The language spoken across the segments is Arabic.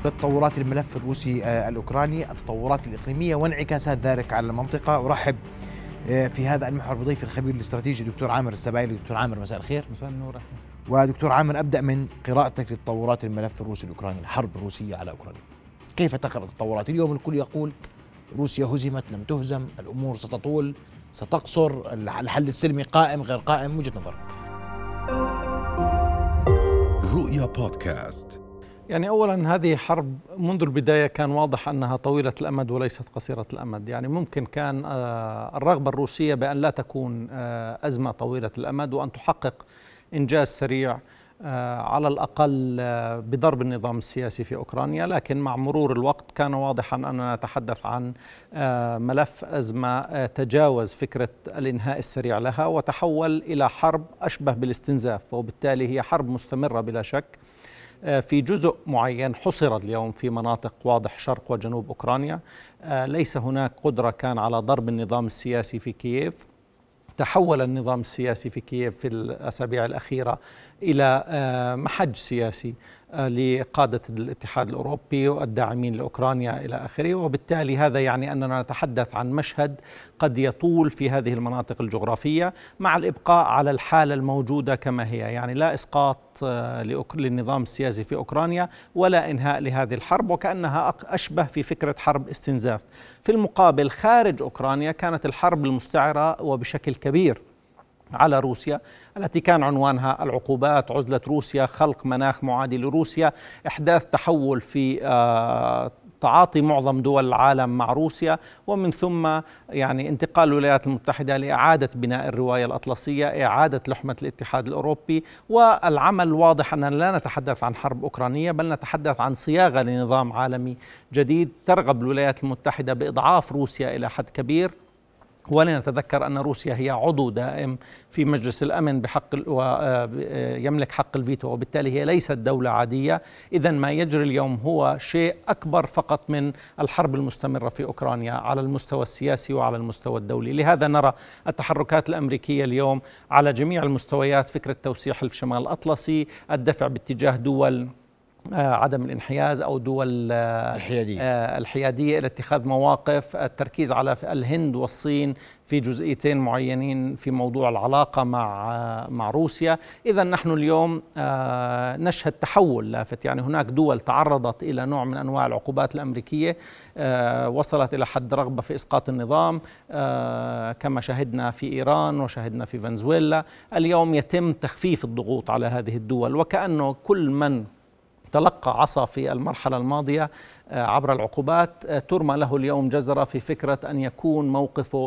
تطورات الملف الروسي الأوكراني، التطورات الإقليمية وانعكاسات ذلك على المنطقة. أرحب في هذا المحور بضيف الخبير الاستراتيجي دكتور عامر السبايلي. دكتور عامر، مساء الخير. مساء النور. ودكتور عامر، أبدأ من قراءتك لتطورات الملف الروسي الأوكراني، الحرب الروسية على أوكرانيا. كيف تقرأ التطورات؟ اليوم الكل يقول روسيا هزمت، لم تهزم، الأمور ستطول، ستقصر، الحل السلمي قائم غير قائم، وجهة نظر. رؤيا بودكاست. يعني أولا هذه حرب منذ البداية كان واضح أنها طويلة الأمد وليست قصيرة الأمد. يعني ممكن كان الرغبة الروسية بأن لا تكون أزمة طويلة الأمد وأن تحقق إنجاز سريع على الأقل بضرب النظام السياسي في أوكرانيا، لكن مع مرور الوقت كان واضحا أننا نتحدث عن ملف أزمة تجاوز فكرة الإنهاء السريع لها وتحول إلى حرب أشبه بالاستنزاف، وبالتالي هي حرب مستمرة بلا شك في جزء معين حصر اليوم في مناطق واضح شرق وجنوب أوكرانيا. ليس هناك قدرة كان على ضرب النظام السياسي في كييف. تحول النظام السياسي في كييف في الأسابيع الأخيرة إلى محج سياسي لقادة الاتحاد الأوروبي والداعمين لأوكرانيا إلى آخره، وبالتالي هذا يعني أننا نتحدث عن مشهد قد يطول في هذه المناطق الجغرافية مع الإبقاء على الحالة الموجودة كما هي، يعني لا إسقاط للنظام السياسي في أوكرانيا ولا إنهاء لهذه الحرب، وكأنها أشبه في فكرة حرب استنزاف. في المقابل خارج أوكرانيا كانت الحرب المستعرة وبشكل كبير على روسيا التي كان عنوانها العقوبات، عزلة روسيا، خلق مناخ معادي لروسيا، إحداث تحول في تعاطي معظم دول العالم مع روسيا، ومن ثم يعني انتقال الولايات المتحدة لإعادة بناء الرواية الأطلسية، إعادة لحمة الاتحاد الأوروبي، والعمل واضح أننا لا نتحدث عن حرب أوكرانية بل نتحدث عن صياغة لنظام عالمي جديد ترغب الولايات المتحدة بإضعاف روسيا إلى حد كبير. ولنتذكر أن روسيا هي عضو دائم في مجلس الأمن بحق ويملك حق الفيتو، وبالتالي هي ليست دولة عادية. إذن ما يجري اليوم هو شيء أكبر فقط من الحرب المستمرة في أوكرانيا على المستوى السياسي وعلى المستوى الدولي. لهذا نرى التحركات الأمريكية اليوم على جميع المستويات، فكرة توسيع حلف شمال الأطلسي، الدفع باتجاه دول عدم الانحياز أو دول الحيادية إلى اتخاذ مواقف، التركيز على الهند والصين في جزئيتين معينين في موضوع العلاقة مع روسيا. إذا نحن اليوم نشهد تحول لافت، يعني هناك دول تعرضت إلى نوع من أنواع العقوبات الأمريكية وصلت إلى حد رغبة في إسقاط النظام كما شهدنا في إيران وشهدنا في فنزويلا. اليوم يتم تخفيف الضغوط على هذه الدول، وكأنه كل من تلقى عصا في المرحلة الماضية عبر العقوبات ترمى له اليوم جزرة في فكرة أن يكون موقفه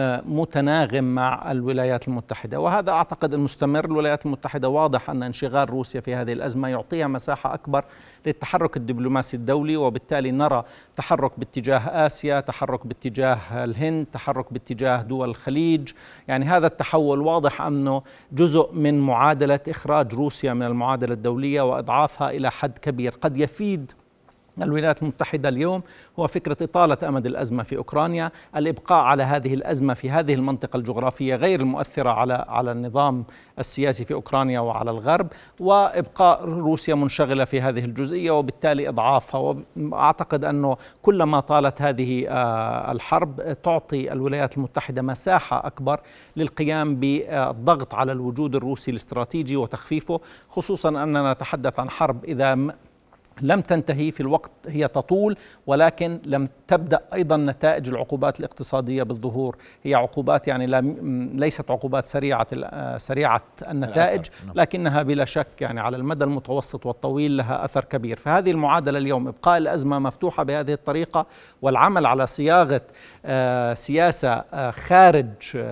متناغم مع الولايات المتحدة، وهذا أعتقد المستمر. الولايات المتحدة واضح أن انشغال روسيا في هذه الأزمة يعطيها مساحة أكبر للتحرك الدبلوماسي الدولي، وبالتالي نرى تحرك باتجاه آسيا، تحرك باتجاه الهند، تحرك باتجاه دول الخليج. يعني هذا التحول واضح أنه جزء من معادلة إخراج روسيا من المعادلة الدولية وإضعافها إلى حد كبير. قد يفيد الولايات المتحدة اليوم هو فكرة إطالة أمد الأزمة في أوكرانيا، الإبقاء على هذه الأزمة في هذه المنطقة الجغرافية غير المؤثرة على النظام السياسي في أوكرانيا وعلى الغرب، وإبقاء روسيا منشغلة في هذه الجزئية وبالتالي إضعافها. وأعتقد أنه كلما طالت هذه الحرب تعطي الولايات المتحدة مساحة أكبر للقيام بالضغط على الوجود الروسي الاستراتيجي وتخفيفه، خصوصا أننا نتحدث عن حرب إذا لم تنتهي في الوقت هي تطول، ولكن لم تبدأ أيضا نتائج العقوبات الاقتصادية بالظهور. هي عقوبات يعني ليست عقوبات سريعة النتائج، لكنها بلا شك يعني على المدى المتوسط والطويل لها أثر كبير. فهذه المعادلة اليوم، إبقاء الأزمة مفتوحة بهذه الطريقة والعمل على صياغة سياسة خارج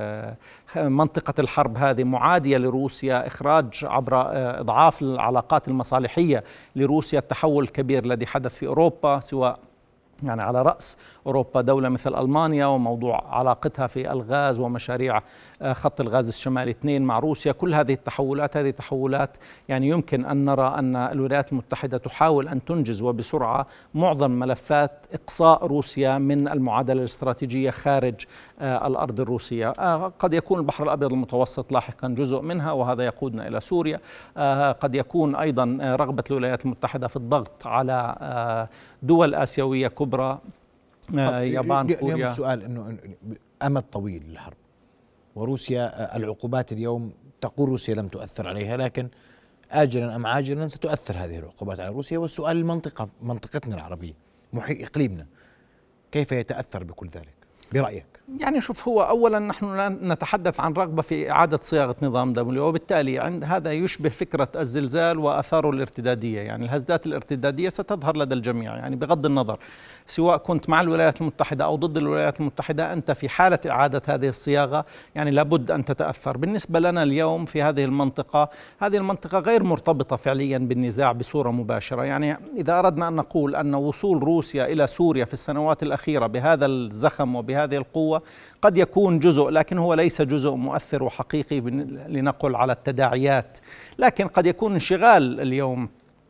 منطقة الحرب هذه معادية لروسيا، إخراج عبر إضعاف العلاقات المصالحية لروسيا، التحول الكبير الذي حدث في أوروبا سواء يعني على رأس أوروبا دولة مثل ألمانيا، وموضوع علاقتها في الغاز ومشاريع خط الغاز الشمالي 2 مع روسيا. كل هذه التحولات يعني يمكن أن نرى أن الولايات المتحدة تحاول أن تنجز وبسرعة معظم ملفات إقصاء روسيا من المعادلة الاستراتيجية خارج الأرض الروسية. قد يكون البحر الأبيض المتوسط لاحقا جزء منها، وهذا يقودنا إلى سوريا. قد يكون أيضا رغبة الولايات المتحدة في الضغط على دول آسيوية كبرى، يابان، كوريا. اليوم السؤال أنه أمد طويل للحرب، وروسيا العقوبات اليوم تقول روسيا لم تؤثر عليها، لكن آجلا أم عاجلا ستؤثر هذه العقوبات على روسيا. والسؤال المنطقة، منطقتنا العربية، إقليمنا، كيف يتأثر بكل ذلك برأيك؟ يعني شوف، هو أولا نحن نتحدث عن رغبة في إعادة صياغة نظام دولي، وبالتالي عند هذا يشبه فكرة الزلزال وآثاره الارتدادية. يعني الهزات الارتدادية ستظهر لدى الجميع، يعني بغض النظر سواء كنت مع الولايات المتحدة أو ضد الولايات المتحدة، أنت في حالة إعادة هذه الصياغة يعني لابد أن تتأثر. بالنسبة لنا اليوم في هذه المنطقة غير مرتبطة فعليا بالنزاع بصورة مباشرة. يعني إذا أردنا أن نقول أن وصول روسيا إلى سوريا في السنوات الأخيرة بهذا الزخم وبهذه القوة قد يكون جزء، لكن هو ليس جزء مؤثر وحقيقي لنقل على التداعيات. لكن قد يكون انشغال اليوم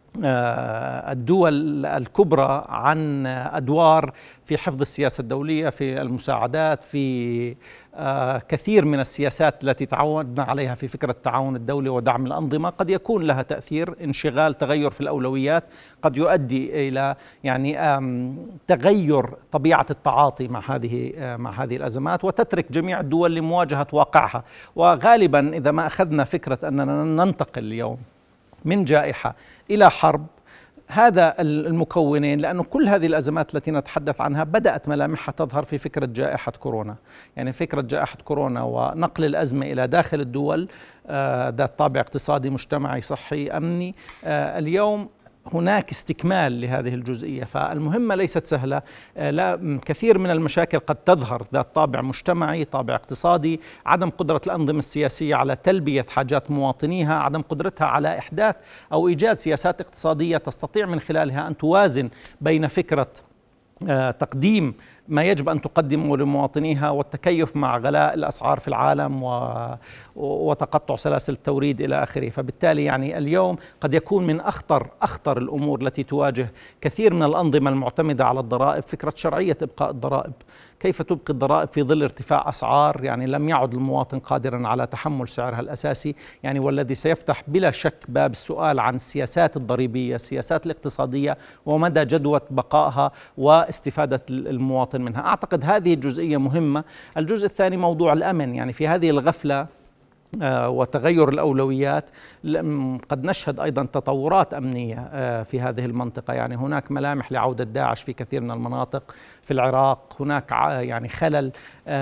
الدول الكبرى عن أدوار في حفظ السياسة الدولية، في المساعدات، في كثير من السياسات التي تعودنا عليها في فكرة التعاون الدولي ودعم الأنظمة، قد يكون لها تأثير. انشغال، تغير في الأولويات قد يؤدي إلى يعني تغير طبيعة التعاطي مع هذه الأزمات، وتترك جميع الدول لمواجهة واقعها. وغالبا إذا ما أخذنا فكرة أننا ننتقل اليوم من جائحة إلى حرب، هذا المكونين، لأنه كل هذه الأزمات التي نتحدث عنها بدأت ملامحها تظهر في فكرة جائحة كورونا. يعني فكرة جائحة كورونا ونقل الأزمة إلى داخل الدول ذات طابع اقتصادي، مجتمعي، صحي، أمني. اليوم هناك استكمال لهذه الجزئية، فالمهمة ليست سهلة. لا، كثير من المشاكل قد تظهر ذات طابع مجتمعي، طابع اقتصادي، عدم قدرة الأنظمة السياسية على تلبية حاجات مواطنيها، عدم قدرتها على إحداث أو إيجاد سياسات اقتصادية تستطيع من خلالها أن توازن بين فكرة تقديم ما يجب أن تقدمه لمواطنيها والتكيف مع غلاء الأسعار في العالم وتقطع سلاسل التوريد إلى آخره. فبالتالي يعني اليوم قد يكون من أخطر الأمور التي تواجه كثير من الأنظمة المعتمدة على الضرائب فكرة شرعية إبقاء الضرائب. كيف تبقي الضرائب في ظل ارتفاع أسعار يعني لم يعد المواطن قادرا على تحمل سعرها الأساسي، يعني والذي سيفتح بلا شك باب السؤال عن السياسات الضريبية، السياسات الاقتصادية، ومدى جدوى بقائها واستفادة المواطن منها. أعتقد هذه الجزئية مهمة. الجزء الثاني موضوع الأمن، يعني في هذه الغفلة وتغير الأولويات قد نشهد أيضا تطورات أمنية في هذه المنطقة. يعني هناك ملامح لعودة داعش في كثير من المناطق في العراق، هناك يعني خلل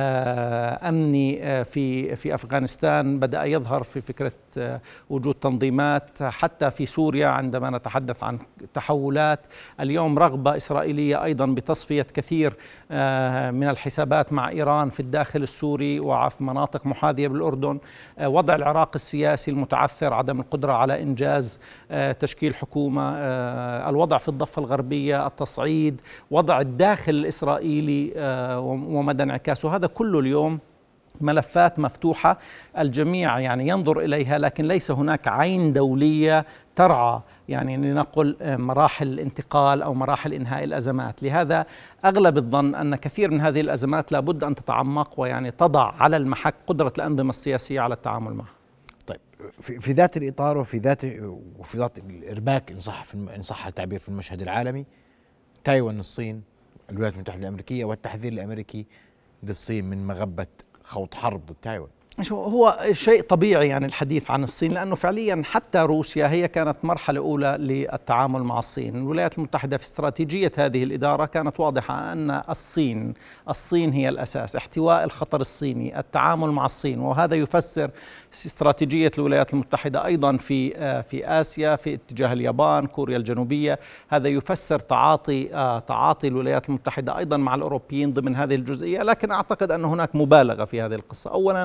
أمني في أفغانستان بدأ يظهر في فكرة وجود تنظيمات، حتى في سوريا عندما نتحدث عن تحولات. اليوم رغبة إسرائيلية أيضا بتصفية كثير من الحسابات مع إيران في الداخل السوري وفي مناطق محاذية بالأردن. وضع العراق السياسي المتعثر، عدم القدرة على إنجاز تشكيل حكومة، الوضع في الضفة الغربية، التصعيد، وضع الداخل الإسرائيلي ومدى انعكاسه. هذا كله اليوم ملفات مفتوحة، الجميع يعني ينظر إليها، لكن ليس هناك عين دولية ترعى يعني لنقل مراحل الانتقال أو مراحل إنهاء الأزمات. لهذا أغلب الظن أن كثير من هذه الأزمات لابد أن تتعمق ويعني تضع على المحك قدرة الأنظمة السياسية على التعامل معها. طيب، في ذات الإطار وفي ذات الإرباك إن صح التعبير في المشهد العالمي، تايوان، الصين، الولايات المتحدة الأمريكية والتحذير الأمريكي للصين من مغبة خوض حرب ضد تايوان. هو شيء طبيعي يعني الحديث عن الصين، لأنه فعليا حتى روسيا هي كانت مرحلة أولى للتعامل مع الصين. الولايات المتحدة في استراتيجية هذه الإدارة كانت واضحة أن الصين هي الأساس، احتواء الخطر الصيني، التعامل مع الصين، وهذا يفسر استراتيجية الولايات المتحدة أيضا في آسيا في اتجاه اليابان، كوريا الجنوبية. هذا يفسر تعاطي الولايات المتحدة أيضا مع الأوروبيين ضمن هذه الجزئية. لكن أعتقد أن هناك مبالغة في هذه القصة. أولا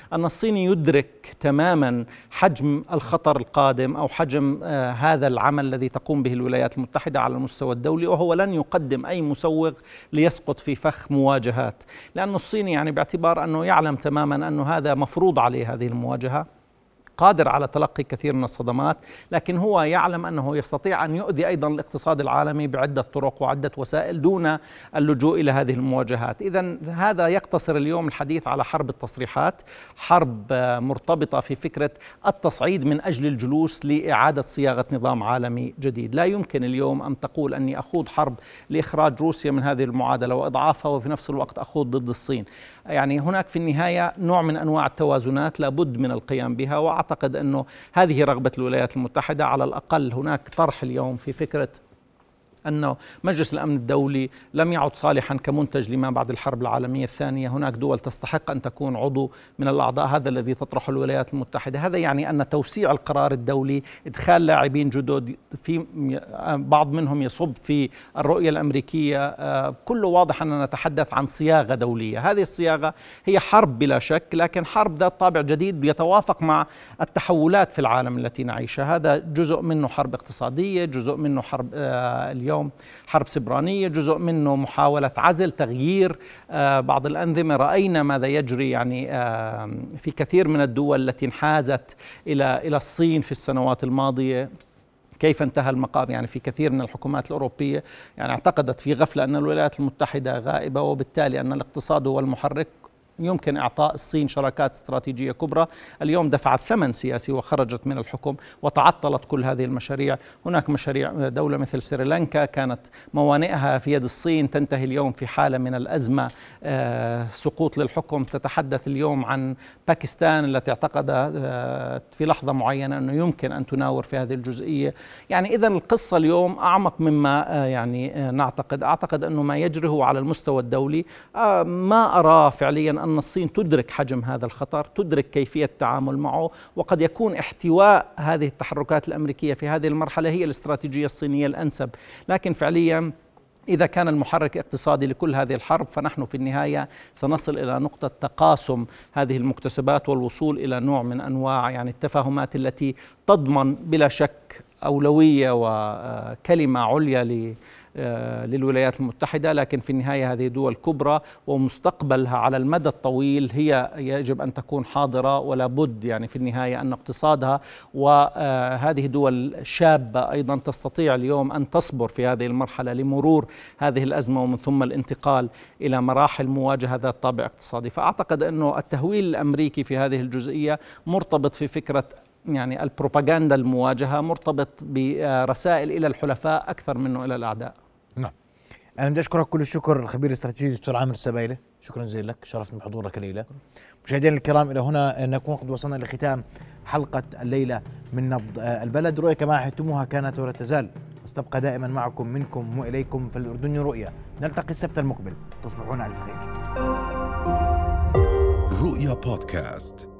أن الصين يدرك تماما حجم الخطر القادم أو حجم هذا العمل الذي تقوم به الولايات المتحدة على المستوى الدولي، وهو لن يقدم أي مسوغ ليسقط في فخ مواجهات، لأن الصين يعني باعتبار أنه يعلم تماما أنه هذا مفروض عليه هذه المواجهة، قادر على تلقي كثير من الصدمات، لكن هو يعلم أنه يستطيع أن يؤذي أيضا الاقتصاد العالمي بعدة طرق وعدة وسائل دون اللجوء إلى هذه المواجهات. إذن هذا يقتصر اليوم الحديث على حرب التصريحات، حرب مرتبطة في فكرة التصعيد من أجل الجلوس لإعادة صياغة نظام عالمي جديد. لا يمكن اليوم أن تقول أني أخوض حرب لإخراج روسيا من هذه المعادلة وإضعافها وفي نفس الوقت أخوض ضد الصين. يعني هناك في النهاية نوع من أنواع التوازنات لابد من القيام بها، وأعتقد أنه هذه رغبة الولايات المتحدة. على الأقل هناك طرح اليوم في فكرة أنه مجلس الأمن الدولي لم يعد صالحا كمنتج لما بعد الحرب العالمية الثانية. هناك دول تستحق أن تكون عضو من الأعضاء، هذا الذي تطرحه الولايات المتحدة. هذا يعني أن توسيع القرار الدولي، إدخال لاعبين جدد، في بعض منهم يصب في الرؤية الأمريكية، كله واضح أننا نتحدث عن صياغة دولية. هذه الصياغة هي حرب بلا شك، لكن حرب ذات طابع جديد يتوافق مع التحولات في العالم التي نعيشها. هذا جزء منه حرب اقتصادية، جزء منه حرب اليوم حرب سبرانية، جزء منه محاولة عزل، تغيير بعض الأنظمة. رأينا ماذا يجري يعني في كثير من الدول التي انحازت إلى الصين في السنوات الماضية، كيف انتهى المقام. يعني في كثير من الحكومات الأوروبية يعني اعتقدت في غفلة أن الولايات المتحدة غائبة، وبالتالي أن الاقتصاد هو المحرك، يمكن إعطاء الصين شراكات استراتيجية كبرى. اليوم دفعت ثمن سياسي وخرجت من الحكم وتعطلت كل هذه المشاريع. هناك مشاريع دولة مثل سريلانكا كانت موانئها في يد الصين، تنتهي اليوم في حالة من الأزمة، سقوط للحكم. تتحدث اليوم عن باكستان التي اعتقد في لحظة معينة أنه يمكن أن تناور في هذه الجزئية. يعني إذن القصة اليوم أعمق مما يعني نعتقد. أعتقد أنه ما يجري هو على المستوى الدولي. ما أرى فعليا أن الصين تدرك حجم هذا الخطر، تدرك كيفية التعامل معه، وقد يكون احتواء هذه التحركات الأمريكية في هذه المرحلة هي الاستراتيجية الصينية الأنسب. لكن فعليا إذا كان المحرك اقتصادي لكل هذه الحرب، فنحن في النهاية سنصل إلى نقطة تقاسم هذه المكتسبات والوصول إلى نوع من أنواع يعني التفاهمات التي تضمن بلا شك أولوية وكلمة عليا للولايات المتحدة. لكن في النهاية هذه دول كبرى ومستقبلها على المدى الطويل هي يجب أن تكون حاضرة، ولا بد يعني في النهاية أن اقتصادها وهذه دول شابة أيضا تستطيع اليوم أن تصبر في هذه المرحلة لمرور هذه الأزمة ومن ثم الانتقال إلى مراحل مواجهة ذات طابع اقتصادي. فأعتقد أنه التهويل الأمريكي في هذه الجزئية مرتبط في فكرة يعني البروباغندا المواجهة، مرتبط برسائل إلى الحلفاء أكثر منه إلى الأعداء. نعم، أنا بدي أشكرك كل الشكر الخبير الاستراتيجي دكتور عامر السبايلة، شكرا جزيلا لك، شرفنا بحضورك الليلة. مشاهدينا الكرام، إلى هنا نكون قد وصلنا لختام حلقة الليلة من نبض البلد. رؤية كما عهدتموها كانت ولا تزال، واستبقى دائما معكم منكم وإليكم، فالأردن رؤية. نلتقي السبت المقبل، تصبحون على الخير. رؤيا بودكاست.